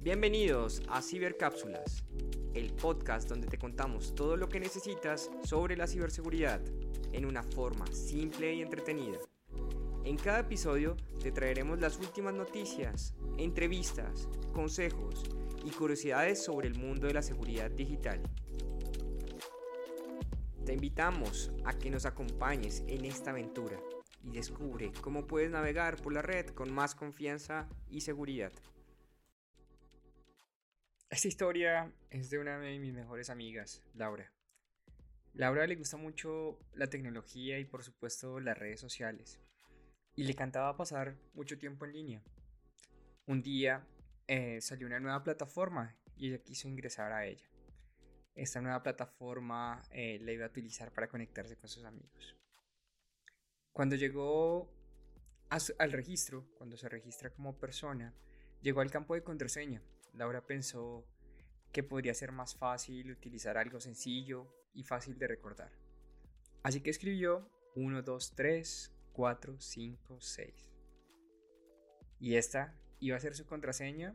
Bienvenidos a Cibercápsulas, el podcast donde te contamos todo lo que necesitas sobre la ciberseguridad en una forma simple y entretenida. En cada episodio te traeremos las últimas noticias, entrevistas, consejos y curiosidades sobre el mundo de la seguridad digital. Te invitamos a que nos acompañes en esta aventura y descubre cómo puedes navegar por la red con más confianza y seguridad. Esta historia es de una de mis mejores amigas, Laura. Laura le gusta mucho la tecnología y por supuesto las redes sociales. Y le encantaba pasar mucho tiempo en línea. Un día salió una nueva plataforma y ella quiso ingresar a ella. Esta nueva plataforma la iba a utilizar para conectarse con sus amigos. Cuando llegó al registro, cuando se registra como persona, llegó al campo de contraseña. Laura pensó que podría ser más fácil utilizar algo sencillo y fácil de recordar. Así que escribió 1, 2, 3, 4, 5, 6. Y esta iba a ser su contraseña.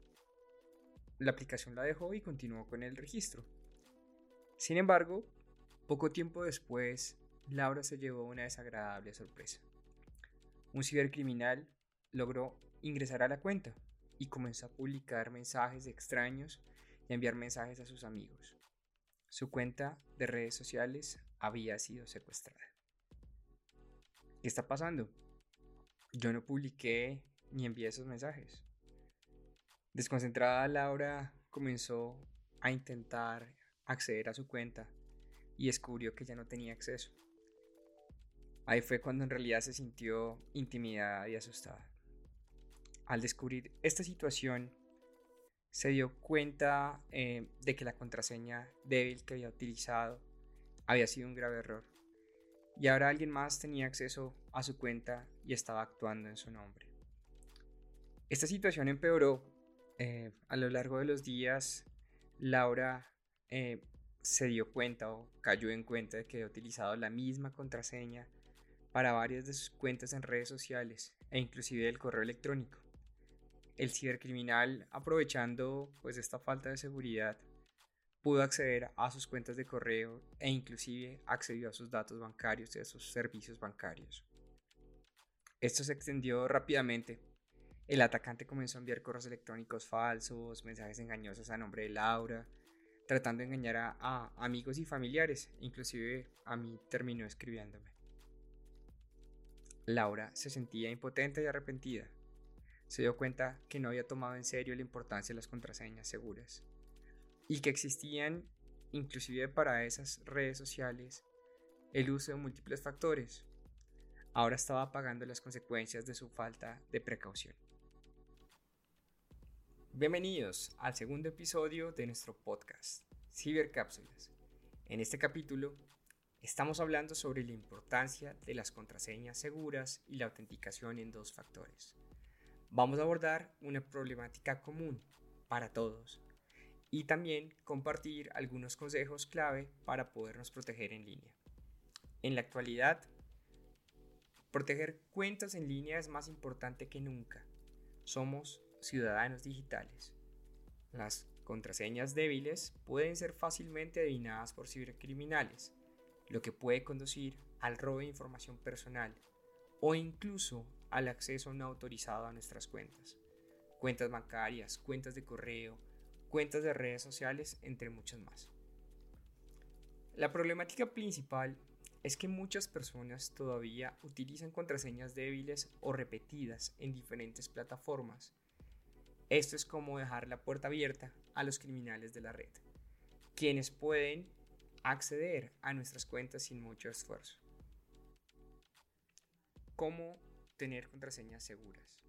La aplicación la dejó y continuó con el registro. Sin embargo, poco tiempo después, Laura se llevó una desagradable sorpresa. Un cibercriminal logró ingresar a la cuenta y comenzó a publicar mensajes de extraños y a enviar mensajes a sus amigos. Su cuenta de redes sociales había sido secuestrada. ¿Qué está pasando? Yo no publiqué ni envié esos mensajes. Desconcentrada, Laura comenzó a intentar acceder a su cuenta y descubrió que ya no tenía acceso. Ahí fue cuando en realidad se sintió intimidada y asustada. Al descubrir esta situación, se dio cuenta de que la contraseña débil que había utilizado había sido un grave error. Y ahora alguien más tenía acceso a su cuenta y estaba actuando en su nombre. Esta situación empeoró. A lo largo de los días, Laura se dio cuenta o cayó en cuenta de que había utilizado la misma contraseña para varias de sus cuentas en redes sociales e inclusive el correo electrónico. El cibercriminal, aprovechando esta falta de seguridad, pudo acceder a sus cuentas de correo e inclusive accedió a sus datos bancarios y a sus servicios bancarios. Esto se extendió rápidamente. El atacante comenzó a enviar correos electrónicos falsos, mensajes engañosos a nombre de Laura, tratando de engañar a amigos y familiares. Inclusive a mí terminó escribiéndome. Laura se sentía impotente y arrepentida. Se dio cuenta que no había tomado en serio la importancia de las contraseñas seguras y que existían, inclusive para esas redes sociales, el uso de múltiples factores. Ahora estaba pagando las consecuencias de su falta de precaución. Bienvenidos al segundo episodio de nuestro podcast, Cibercápsulas. En este capítulo estamos hablando sobre la importancia de las contraseñas seguras y la autenticación en 2 factores. Vamos a abordar una problemática común para todos y también compartir algunos consejos clave para podernos proteger en línea. En la actualidad, proteger cuentas en línea es más importante que nunca. Somos ciudadanos digitales. Las contraseñas débiles pueden ser fácilmente adivinadas por cibercriminales, lo que puede conducir al robo de información personal o incluso al acceso no autorizado a nuestras cuentas bancarias, cuentas de correo, cuentas de redes sociales, entre muchas más. La problemática principal es que muchas personas todavía utilizan contraseñas débiles o repetidas en diferentes plataformas. Esto es como dejar la puerta abierta a los criminales de la red, quienes pueden acceder a nuestras cuentas sin mucho esfuerzo. ¿Cómo tener contraseñas seguras?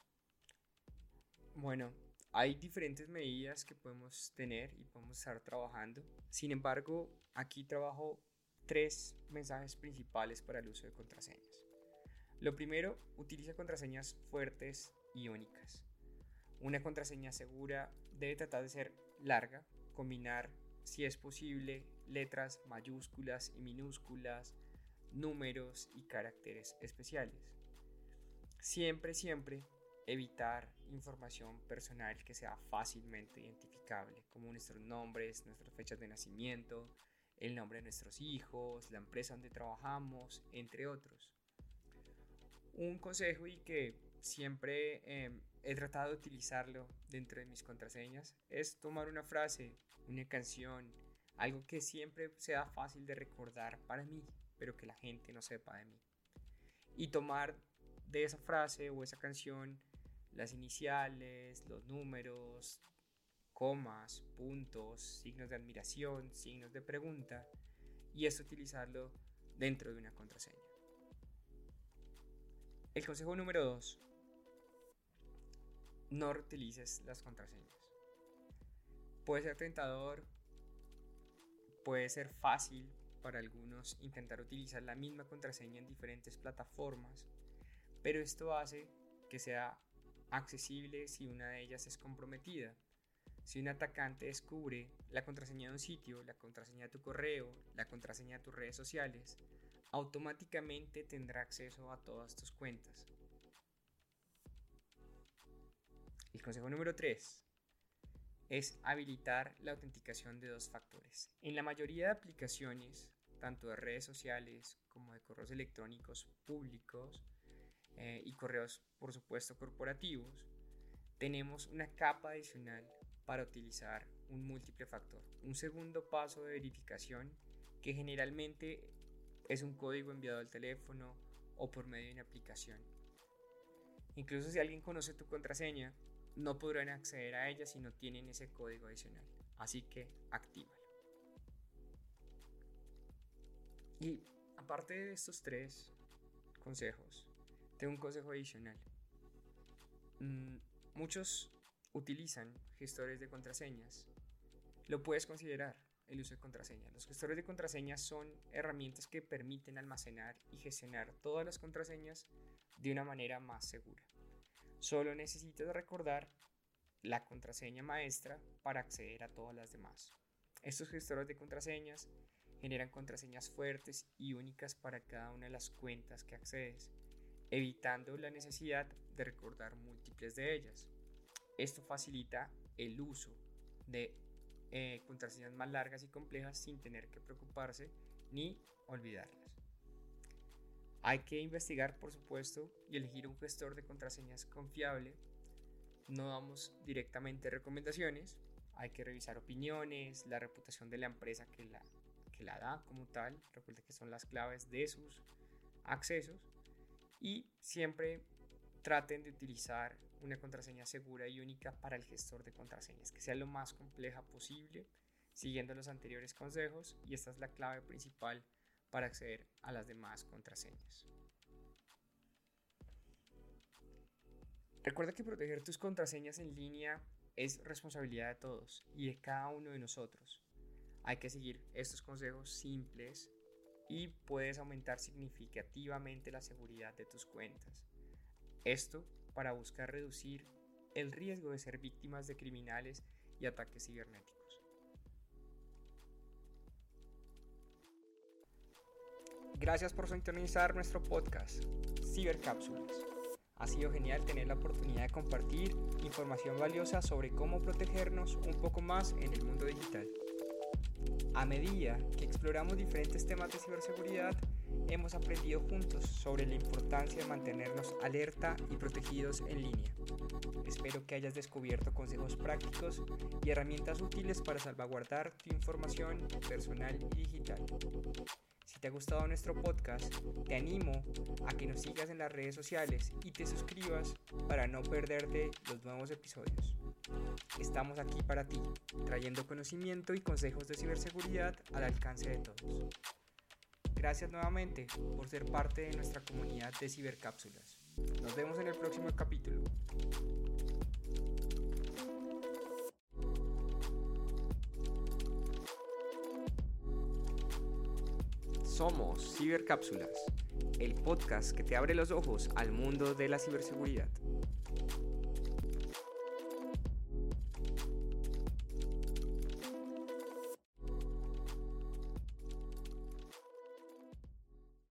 Bueno, hay diferentes medidas que podemos tener y podemos estar trabajando. Sin embargo, aquí trabajo 3 mensajes principales para el uso de contraseñas. Lo primero, utiliza contraseñas fuertes y únicas. Una contraseña segura debe tratar de ser larga, combinar, si es posible, letras mayúsculas y minúsculas, números y caracteres especiales. Siempre evitar información personal que sea fácilmente identificable, como nuestros nombres, nuestras fechas de nacimiento, el nombre de nuestros hijos, la empresa donde trabajamos, entre otros. Un consejo y que siempre he tratado de utilizarlo dentro de mis contraseñas es tomar una frase, una canción, algo que siempre sea fácil de recordar para mí, pero que la gente no sepa de mí. Y tomar de esa frase o esa canción las iniciales, los números, comas, puntos, signos de admiración, signos de pregunta, y esto utilizarlo dentro de una contraseña. El consejo número 2: no reutilices las contraseñas. Puede ser tentador, puede ser fácil para algunos intentar utilizar la misma contraseña en diferentes plataformas, pero esto hace que sea accesible si una de ellas es comprometida. Si un atacante descubre la contraseña de un sitio, la contraseña de tu correo, la contraseña de tus redes sociales, automáticamente tendrá acceso a todas tus cuentas. El consejo número 3 es habilitar la autenticación de 2 factores. En la mayoría de aplicaciones, tanto de redes sociales como de correos electrónicos públicos y correos, por supuesto, corporativos, tenemos una capa adicional para utilizar un múltiple factor, un segundo paso de verificación que generalmente es un código enviado al teléfono o por medio de una aplicación. Incluso si alguien conoce tu contraseña, no podrán acceder a ella si no tienen ese código adicional, así que actívalo. Y aparte de estos 3 consejos, tengo un consejo adicional. Muchos utilizan gestores de contraseñas. Lo puedes considerar el uso de contraseñas. Los gestores de contraseñas son herramientas que permiten almacenar y gestionar todas las contraseñas de una manera más segura. Solo necesitas recordar la contraseña maestra para acceder a todas las demás. Estos gestores de contraseñas generan contraseñas fuertes y únicas para cada una de las cuentas que accedes, evitando la necesidad de recordar múltiples de ellas. Esto facilita el uso de contraseñas más largas y complejas sin tener que preocuparse ni olvidarlas. Hay que investigar, por supuesto, y elegir un gestor de contraseñas confiable. No damos directamente recomendaciones, hay que revisar opiniones, la reputación de la empresa que la da como tal. Recuerda que son las claves de sus accesos y siempre traten de utilizar una contraseña segura y única para el gestor de contraseñas, que sea lo más compleja posible, siguiendo los anteriores consejos, y esta es la clave principal para acceder a las demás contraseñas. Recuerda que proteger tus contraseñas en línea es responsabilidad de todos y de cada uno de nosotros. Hay que seguir estos consejos simples y puedes aumentar significativamente la seguridad de tus cuentas. Esto para buscar reducir el riesgo de ser víctimas de criminales y ataques cibernéticos. Gracias por sintonizar nuestro podcast, Cibercápsulas. Ha sido genial tener la oportunidad de compartir información valiosa sobre cómo protegernos un poco más en el mundo digital. A medida que exploramos diferentes temas de ciberseguridad, hemos aprendido juntos sobre la importancia de mantenernos alerta y protegidos en línea. Espero que hayas descubierto consejos prácticos y herramientas útiles para salvaguardar tu información personal y digital. Si te ha gustado nuestro podcast, te animo a que nos sigas en las redes sociales y te suscribas para no perderte los nuevos episodios. Estamos aquí para ti, trayendo conocimiento y consejos de ciberseguridad al alcance de todos. Gracias nuevamente por ser parte de nuestra comunidad de cibercápsulas. Nos vemos en el próximo capítulo. Somos Cibercápsulas, el podcast que te abre los ojos al mundo de la ciberseguridad.